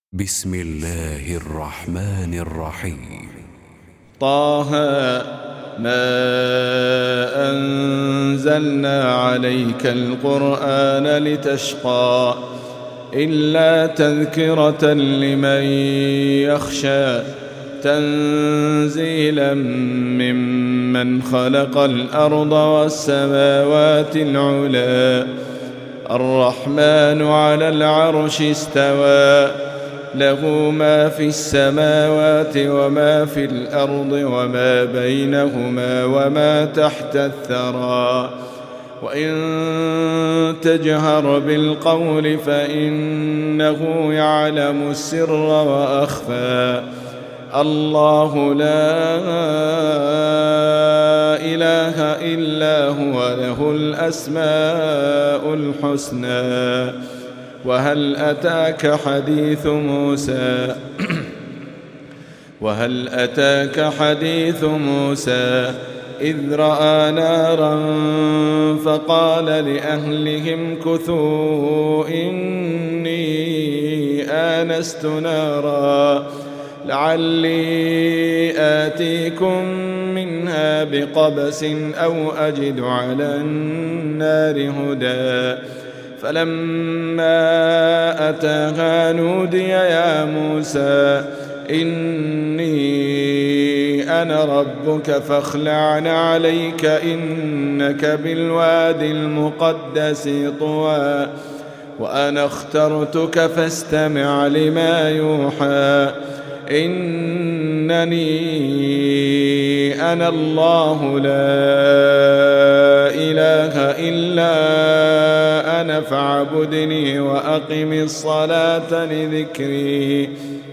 بسم الله الرحمن الرحيم. طه ما أنزلنا عليك القرآن لتشقى إلا تذكرة لمن يخشى تنزيلا ممن خلق الأرض والسماوات العلى الرحمن على العرش استوى له ما في السماوات وما في الأرض وما بينهما وما تحت الثرى وإن تجهر بالقول فإنه يعلم السر وأخفى الله لا إله إلا هو له الأسماء الحسنى وهل أتاك حديث موسى إذ رأى نارا فقال لأهلهم كثوا إني آنست نارا لعلي آتيكم منها بقبس أو أجد على النار هدى فلما أتاها نودي يا موسى إني أنا ربك فاخلع عليك إنك بالوادي المقدس طوى وأنا اخترتك فاستمع لما يوحى إنني أنا الله لا إله إلا أنا فاعبدني وأقم الصلاة لذكري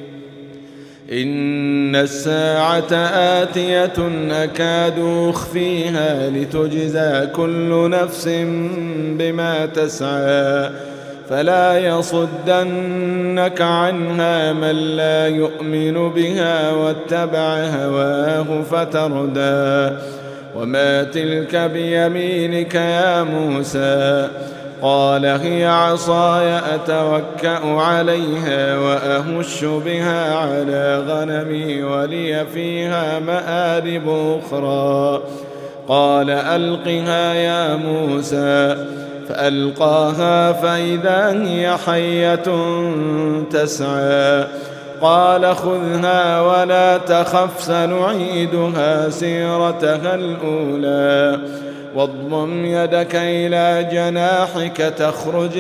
إن الساعة آتية أكاد أخفيها لتجزى كل نفس بما تسعى فلا يصدنك عنها من لا يؤمن بها واتبع هواه فتردى وما تلك بيمينك يا موسى قال هي عصاي أتوكأ عليها وأهش بها على غنمي ولي فيها مآرب أخرى قال ألقها يا موسى فألقاها فإذا هي حية تسعى قال خذها ولا تخف سنعيدها سيرتها الأولى واضمم يدك إلى جناحك تخرج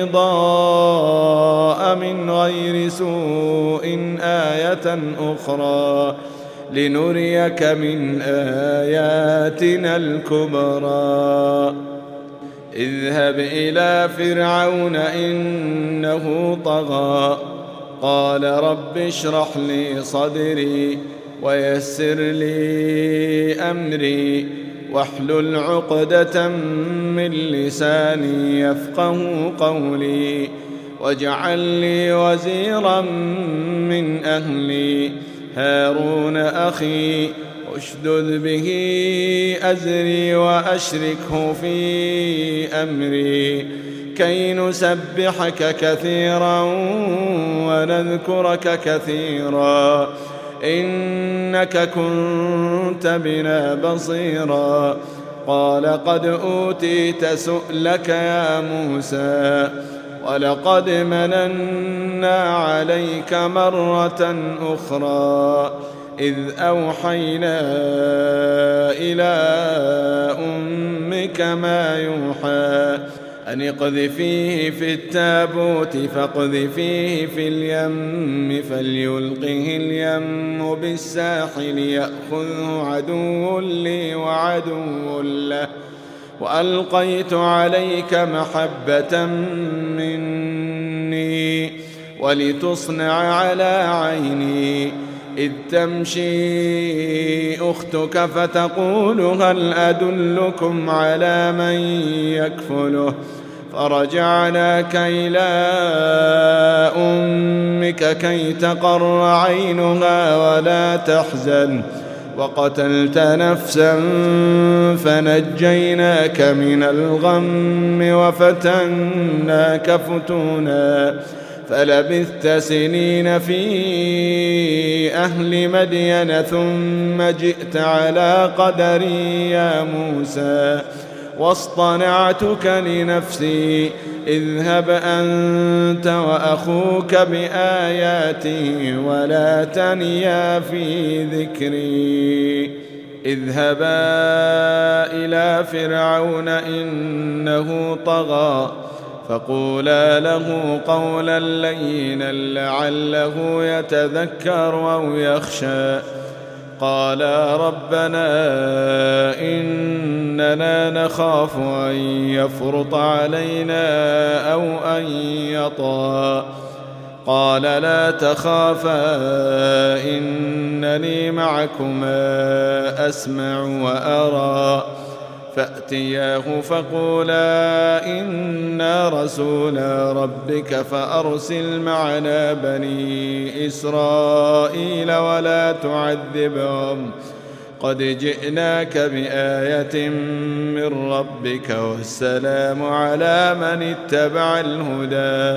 بيضاء من غير سوء آية أخرى لنريك من آياتنا الكبرى اذهب إلى فرعون إنه طغى قال رب اشرح لي صدري ويسر لي أمري واحلل عقدة من لساني يفقه قولي واجعل لي وزيرا من أهلي هارون أخي اشدد به أزري وأشركه في أمري كي نسبحك كثيرا ونذكرك كثيرا إنك كنت بنا بصيرا قال قد أوتيت سؤلك يا موسى ولقد مننا عليك مرة أخرى إذ أوحينا إلى أمك ما يوحى أن اقذفيه في التابوت فاقذفيه في اليم فليلقه اليم بالساحل يأخذه عدو لي وعدو له وألقيت عليك محبة مني ولتصنع على عيني إذ تمشي أختك فتقول هل أدلكم على من يكفله فرجعناك إلى أمك كي تقر عينها ولا تحزن وقتلت نفسا فنجيناك من الغم وفتناك فتونا فلبثت سنين في أهل مدين ثم جئت على قدري يا موسى واصطنعتك لنفسي اذهب أنت وأخوك بآياتي ولا تنيا في ذكري اذهبا إلى فرعون إنه طغى فقولا له قولا لينا لعله يتذكر أو يخشى قالا ربنا إننا نخاف أن يفرط علينا أو أن يطغى قال لا تخافا إنني معكما أسمع وأرى فأتياه فقولا إنا رسولا ربك فأرسل معنا بني إسرائيل ولا تعذبهم قد جئناك بآية من ربك والسلام على من اتبع الهدى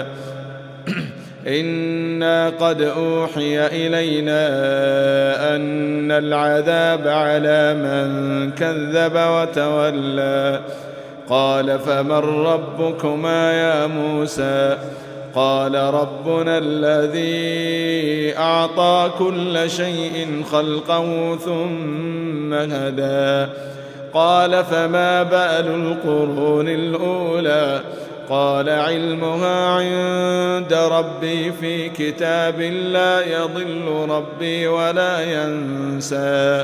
إنا قد أوحي إلينا أن العذاب على من كذب وتولى قال فمن ربكما يا موسى قال ربنا الذي أعطى كل شيء خلقه ثم هدى قال فما بال القرون الأولى قال علمها عند ربي في كتاب لا يضل ربي ولا ينسى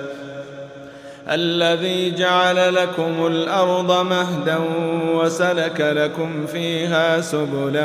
الذي جعل لكم الأرض مهدا وسلك لكم فيها سبلا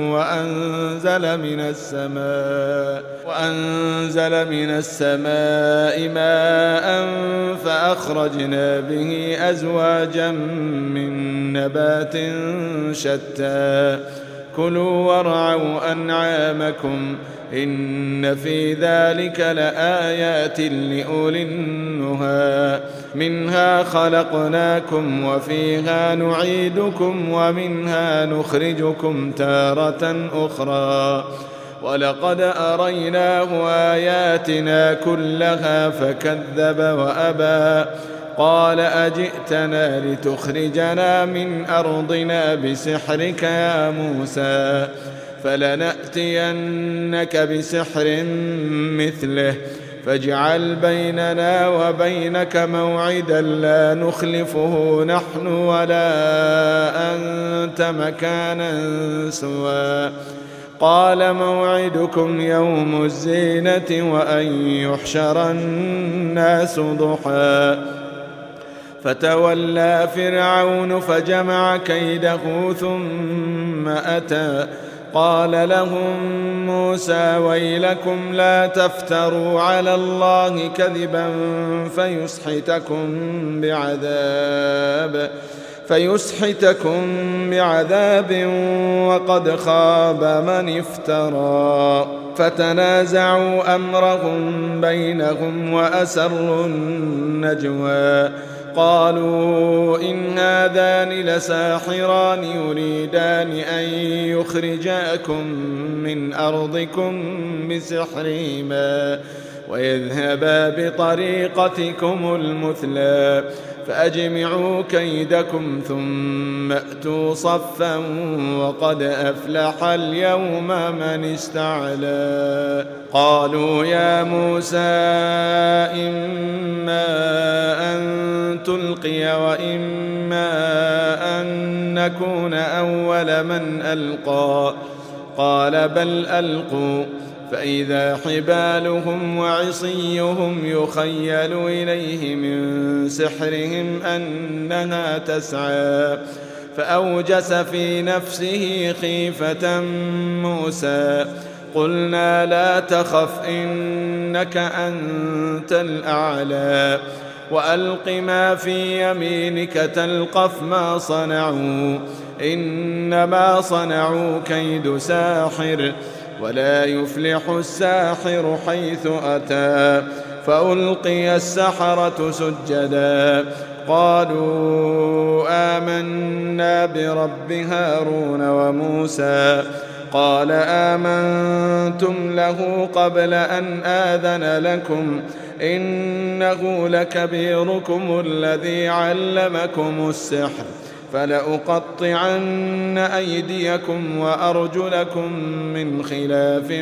وأنزل من السماء ماء فأخرجنا به أزواجا من نبات شتى كلوا وارعوا أنعامكم إن في ذلك لآيات لأولي النهى منها خلقناكم وفيها نعيدكم ومنها نخرجكم تارة أخرى ولقد أريناه آياتنا كلها فكذب وأبى قال أجئتنا لتخرجنا من أرضنا بسحرك يا موسى فلنأتينك بسحر مثله فاجعل بيننا وبينك موعدا لا نخلفه نحن ولا أنت مكانا سوى قال موعدكم يوم الزينة وأن يحشر الناس ضحى فتولى فرعون فجمع كيده ثم أتى قال لهم موسى ويلكم لا تفتروا على الله كذبا فيسحتكم بعذاب وقد خاب من افترى فتنازعوا أمرهم بينهم وأسروا النجوى قالوا إن هذان لساحران يريدان أن يخرجاكم من أرضكم بسحرهما ويذهبا بطريقتكم المثلى فأجمعوا كيدكم ثم أتوا صفا وقد أفلح اليوم من استعلى قالوا يا موسى إما أن تلقي وإما أن نكون أول من ألقى قال بل ألقوا فإذا حبالهم وعصيهم يخيل إليه من سحرهم أنها تسعى فأوجس في نفسه خيفة موسى قلنا لا تخف إنك أنت الأعلى وألق ما في يمينك تلقف ما صنعوا إنما صنعوا كيد ساحر ولا يفلح الساحر حيث أتى فألقي السحرة سجدا قالوا آمنا برب هارون وموسى قال آمنتم له قبل أن آذن لكم إنه لكبيركم الذي علمكم السحر فلأقطعن أيديكم وأرجلكم من خلاف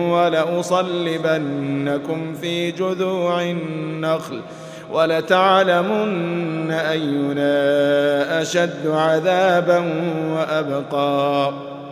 ولأصلبنكم في جذوع النخل ولتعلمن أينا أشد عذابا وأبقى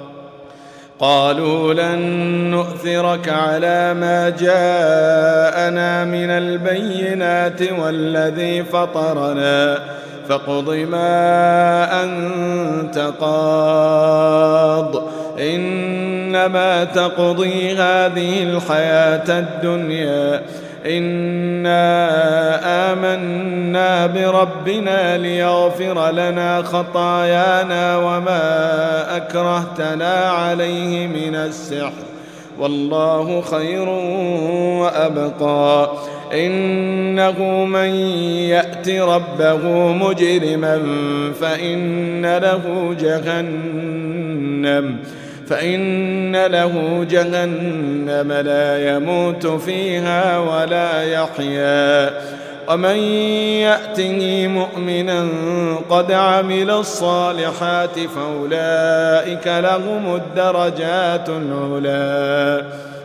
قالوا لن نؤثرك على ما جاءنا من البينات والذي فطرنا فاقض ما أنت قاض إنما تقضي هذه الحياة الدنيا إنا آمنا بربنا ليغفر لنا خطايانا وما أكرهتنا عليه من السحر والله خير وأبقى إنه من يأت ربه مجرما فإن له جهنم لا يموت فيها ولا يحيا ومن يأته مؤمنا قد عمل الصالحات فأولئك لهم الدرجات العلى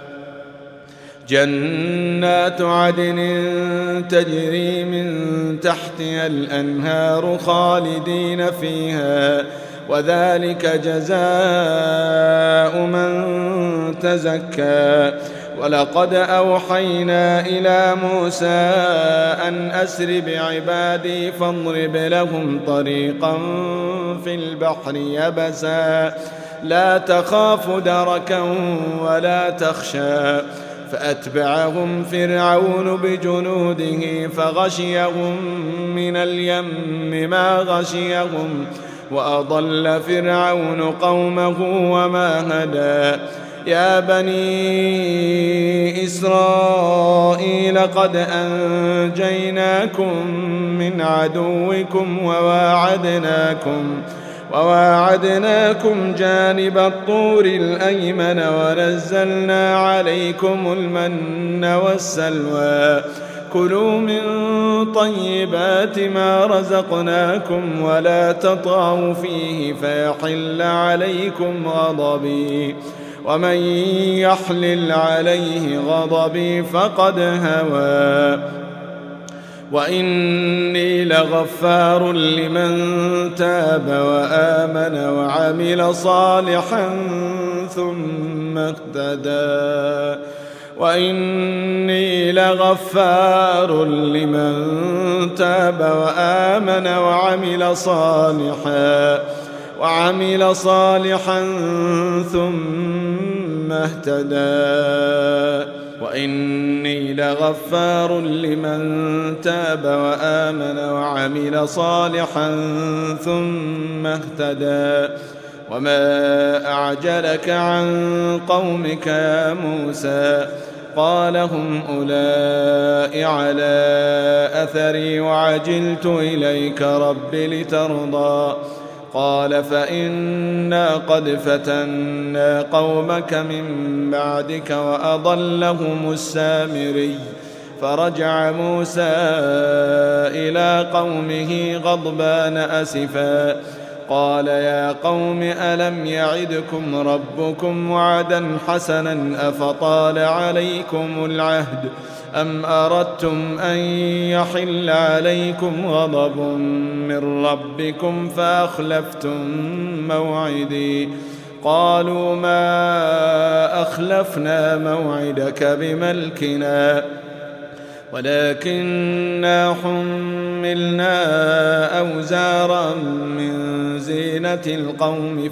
جنات عدن تجري من تحتها الأنهار خالدين فيها وذلك جزاء من تزكى ولقد أوحينا إلى موسى أن أسر بعبادي فاضرب لهم طريقا في البحر يبسا لا تخاف دركا ولا تخشى فأتبعهم فرعون بجنوده فغشيهم من اليم ما غشيهم وأضل فرعون قومه وما هدى يا بني إسرائيل قد أنجيناكم من عدوكم وواعدناكم جانب الطور الأيمن ونزلنا عليكم المن والسلوى كلوا من طيبات ما رزقناكم ولا تطغوا فيه فيحل عليكم غضبي ومن يحلل عليه غضبي فقد هوى وإني لغفار لمن تاب وآمن وعمل صالحا ثم اهتدى وإني لغفار لمن تاب وآمن وعمل صالحا ثم اهتدى وإني لغفار لمن تاب وآمن وعمل صالحا ثم اهتدى وما أعجلك عن قومك يا موسى قال هم أولئك على أثري وعجلت إليك رب لترضى قال فإنا قد فتنا قومك من بعدك وأضلهم السامري فرجع موسى إلى قومه غضبان أسفا قال يا قوم ألم يعدكم ربكم وعدا حسنا أفطال عليكم العهد أم أردتم أن يحل عليكم غضب من ربكم فأخلفتم موعدي قالوا ما أخلفنا موعدك بملكنا ولكننا حملنا أوزارا من زينة القوم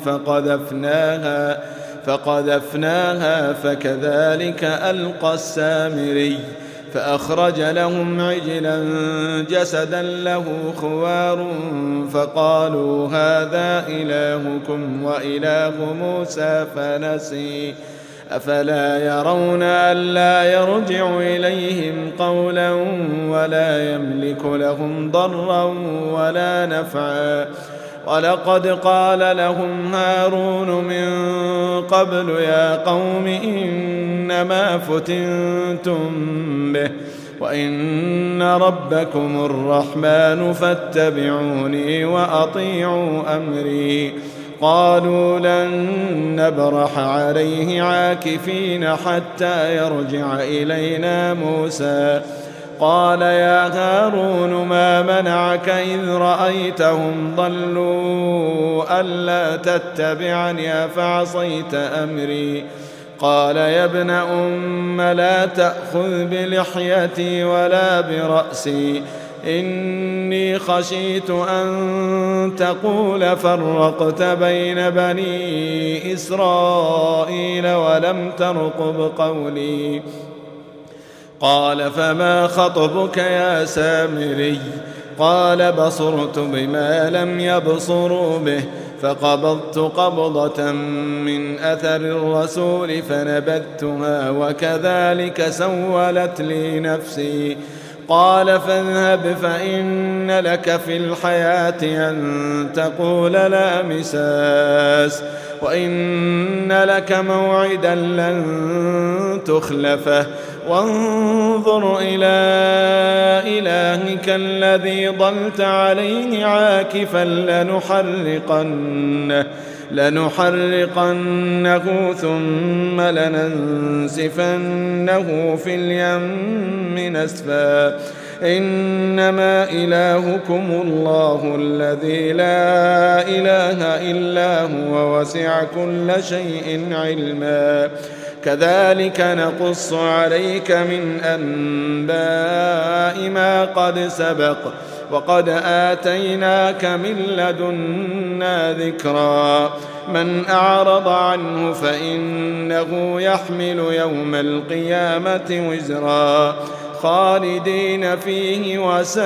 فقذفناها فكذلك ألقى السامري فأخرج لهم عجلا جسدا له خوار فقالوا هذا إلهكم وإله موسى فنسي أفلا يرون ألا يرجع إليهم قولا ولا يملك لهم ضرا ولا نفعا ولقد قال لهم هارون من قبل يا قوم إنما فتنتم به وإن ربكم الرحمن فاتبعوني وأطيعوا أمري. قالوا لن نبرح عليه عاكفين حتى يرجع إلينا موسى. قال يا هارون ما منعك إذ رأيتهم ضلوا ألا تتبعني أفعصيت أمري. قال يا ابن أم لا تأخذ بلحيتي ولا برأسي إني خشيت أن تقول فرقت بين بني إسرائيل ولم ترقب قولي. قال فما خطبك يا سامري؟ قال بصرت بما لم يبصروا به فقبضت قبضة من أثر الرسول فنبذتها وكذلك سولت لي نفسي. قال فاذهب فإن لك في الحياة أن تقول لا مساس وإن لك موعدا لن تخلفه وانظر إلى إلهك الذي ظلت عليه عاكفا لنحرقنه ثم لننسفنه في اليم نسفا. إنما إلهكم الله الذي لا إله إلا هو وسع كل شيء علما. كذلك نقص عليك من أنباء ما قد سبق وقد آتيناك من لدنا ذكرا. من أعرض عنه فإنه يحمل يوم القيامة وزرا خالدين فيه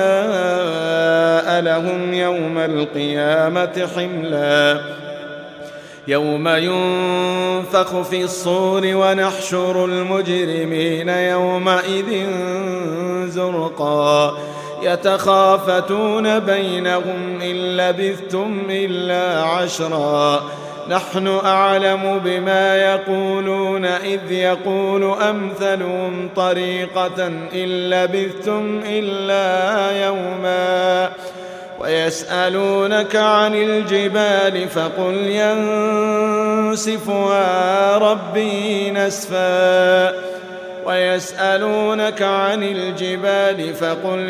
وساء لهم يوم القيامة حملا. يوم ينفخ في الصور ونحشر المجرمين يومئذ زرقا يتخافتون بينهم إن لبثتم إلا عشرا. نحن أعلم بما يقولون إذ يقول أمثلهم طريقة إن لبثتم إلا يوما. ويسألونك عن الجبال فقل ينسفها ربي نسفا. ويسألونك عن الجبال فقل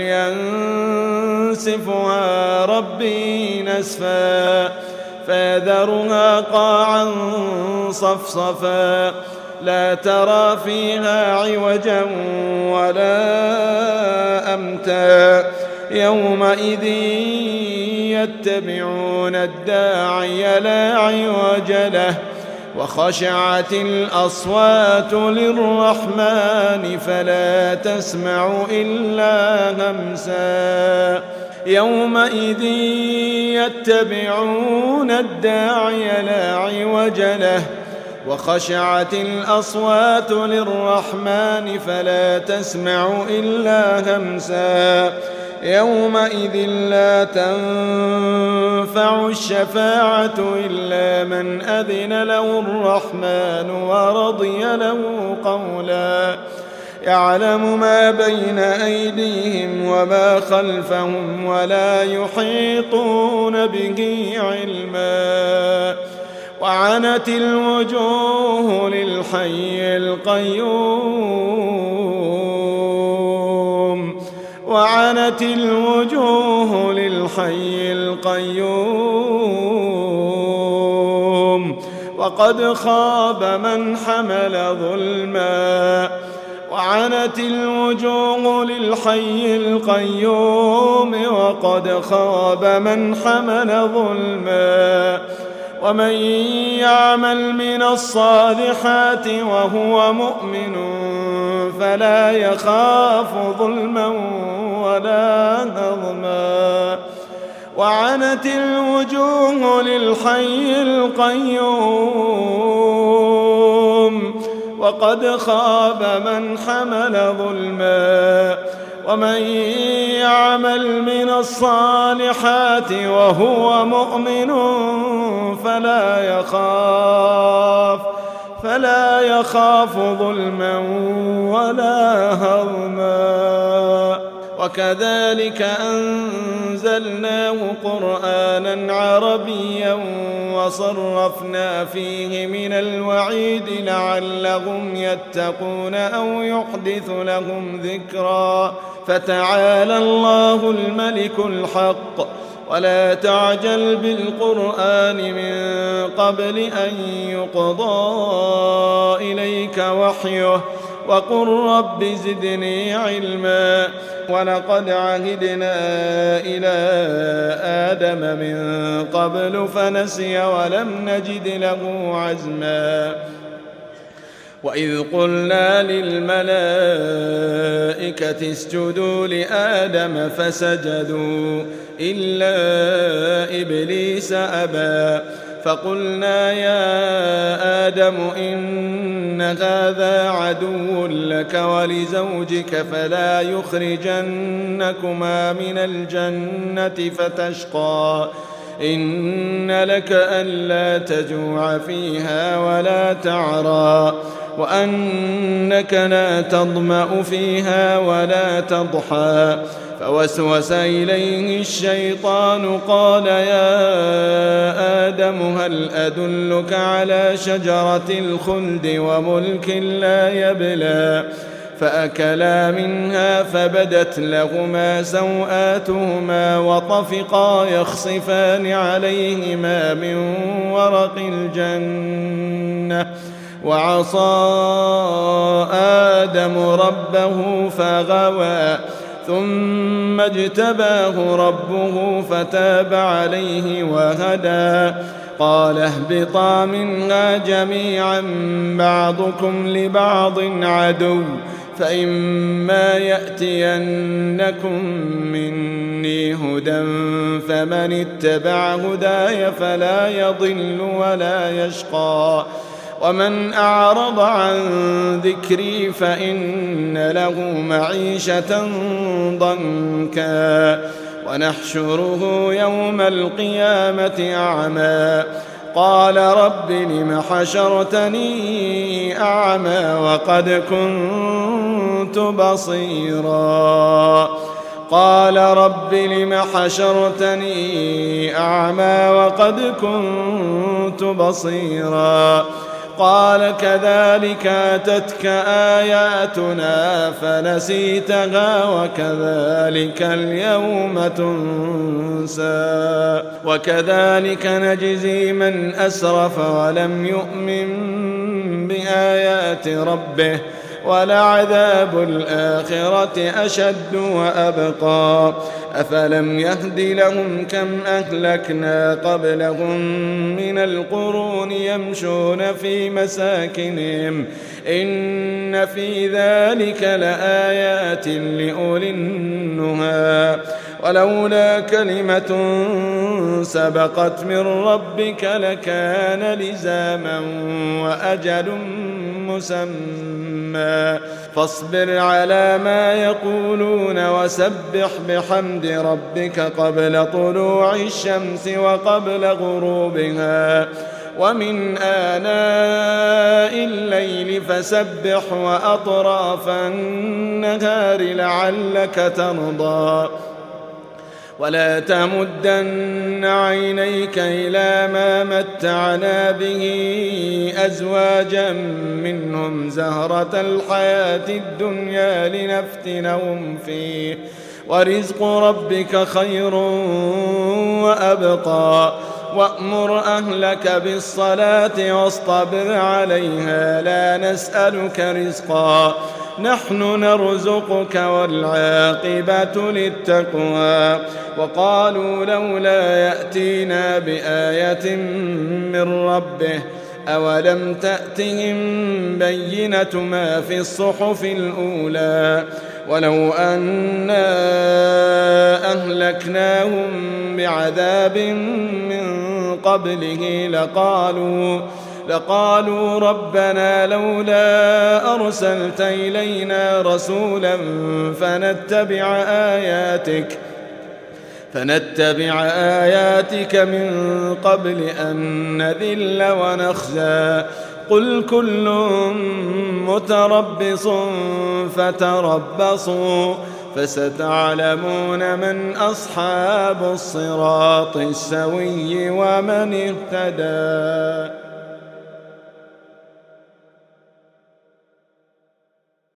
ينسفها ربي نسفا فيذرها قاعا صفصفا لا ترى فيها عوجا ولا أمتا. يومئذ يتبعون الداعي لا عوج له وخشعت الأصوات للرحمن فلا تسمع إلا همسا. يومئذ يتبعون الداعي لا عوج له وخشعت الأصوات للرحمن فلا تسمع إلا همسا. يومئذ لا تنفع الشفاعة إلا من أذن له الرحمن ورضي له قولا. يعلم ما بين أيديهم وما خلفهم ولا يحيطون به علما. وعنت الوجوه للحي القيوم وعنت الوجوه للحي القيوم وقد خاب من حمل ظلما. وعنت الوجوه للحي القيوم وقد خاب من حمل ظلما. ومن يعمل من الصالحات وهو مؤمن فلا يخاف ظلما ولا هضما. وعنت الوجوه للحي القيوم وقد خاب من حمل ظلما ومن يعمل من الصالحات وهو مؤمن فلا يخاف ظلما ولا هضما وكذلك أنزلناه قرآنا عربيا وصرفنا فيه من الوعيد لعلهم يتقون أو يحدث لهم ذكرا فتعالى الله الملك الحق ولا تعجل بالقرآن من قبل أن يقضى إليك وحيه وقل رب زدني علما ولقد عهدنا إلى آدم من قبل فنسي ولم نجد له عزما وإذ قلنا للملائكة اسجدوا لآدم فسجدوا إلا إبليس أبى فقلنا يا آدم إن هذا عدو لك ولزوجك فلا يخرجنكما من الجنة فتشقى إن لك ألا تجوع فيها ولا تعرى وأنك لا تظمأ فيها ولا تضحى فوسوس إليه الشيطان قال يا آدم هل أدلك على شجرة الخلد وملك لا يبلى فأكلا منها فبدت لهما سوآتهما وطفقا يخصفان عليهما من ورق الجنة وعصى آدم ربه فغوى ثم اجتباه ربه فتاب عليه وهدى قال اهبطا منها جميعا بعضكم لبعض عدو فإما يأتينكم مني هدى فمن اتبع هداي فلا يضل ولا يشقى ومن أعرض عن ذكري فإن له معيشة ضنكا ونحشره يوم القيامة أعمى قال رب لم حشرتني أعمى وقد كنت بصيرا قال رب لم حشرتني أعمى وقد كنت بصيرا قال كذلك أتتك آياتنا فنسيتها وكذلك اليوم تنسى وكذلك نجزي من أسرف ولم يؤمن بآيات ربه ولعذاب الآخرة أشد وأبقى أفلم يهد لهم كم أهلكنا قبلهم من القرون يمشون في مساكنهم إن في ذلك لآيات لأولي النهى ولولا كلمة سبقت من ربك لكان لزاما وأجل مسمى فاصبر على ما يقولون وسبح بحمد ربك قبل طلوع الشمس وقبل غروبها ومن آناء الليل فسبح وأطراف النهار لعلك ترضى ولا تمدن عينيك إلى ما متعنا به أزواجا منهم زهرة الحياة الدنيا لنفتنهم فيه ورزق ربك خير وأبقى وأمر أهلك بالصلاة واصطبر عليها لا نسألك رزقا نحن نرزقك والعاقبة للتقوى وقالوا لولا يأتينا بآية من ربه أولم تأتهم بينة ما في الصحف الأولى ولو أنا أهلكناهم بعذاب من قبله لقالوا ربنا لولا أرسلت إلينا رسولا فنتبع آياتك من قبل أن نذل ونخزى قل كل متربص فتربصوا فستعلمون من أصحاب الصراط السوي ومن اهتدى.